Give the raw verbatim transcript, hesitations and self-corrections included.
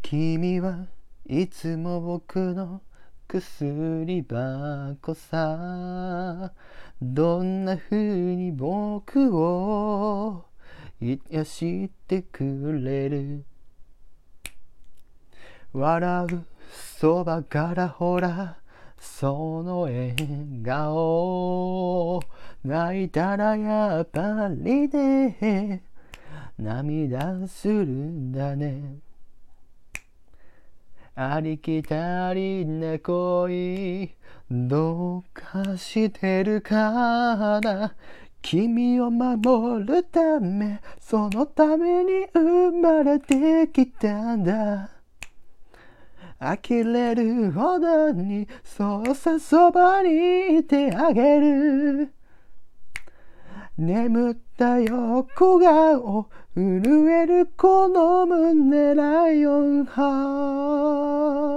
君はいつも僕の薬箱さ。どんな風に僕を癒してくれる。笑うそばからほらその笑顔。泣いたらやっぱりね涙するんだね。ありきたりな恋どうかしてるかな。君を守るためそのために生まれてきたんだ。呆れるほどにそうさそばにいてあげる。眠った横顔震えるこの胸ライオンハー